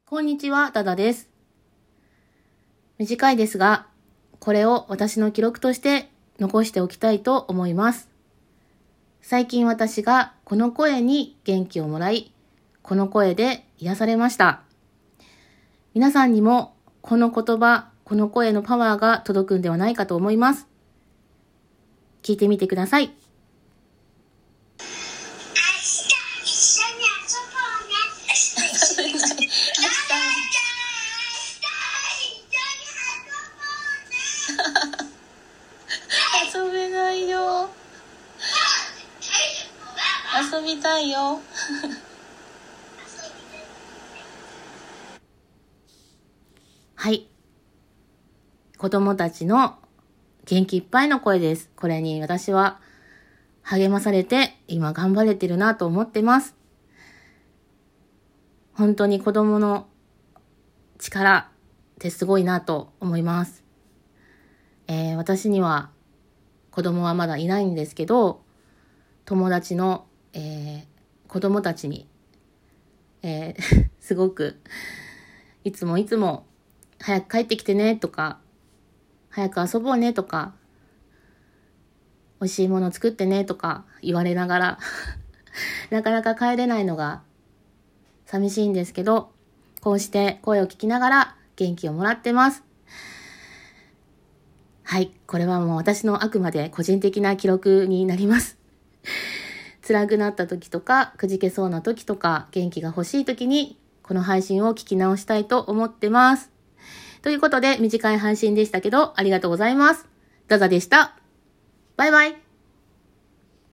こんにちは、ダダです。短いですが、これを私の記録として残しておきたいと思います。最近私がこの声に元気をもらい、この声で癒されました。皆さんにもこの言葉、この声のパワーが届くんではないかと思います。聞いてみてください。遊べないよ。遊びたいよ。はい。子供たちの元気いっぱいの声です。これに私は励まされて今頑張れてるなと思ってます。本当に子供の力ってすごいなと思います。私には子供はまだいないんですけど、友達の、子供たちに、すごくいつも早く帰ってきてねとか、早く遊ぼうねとか、美味しいもの作ってねとか言われながらなかなか帰れないのが寂しいんですけど、こうして声を聞きながら元気をもらってます。はい、これはもう私のあくまで個人的な記録になります辛くなった時とか、くじけそうな時とか、元気が欲しい時にこの配信を聞き直したいと思ってます。ということで短い配信でしたけど、ありがとうございます。ダダでした。バイバイ。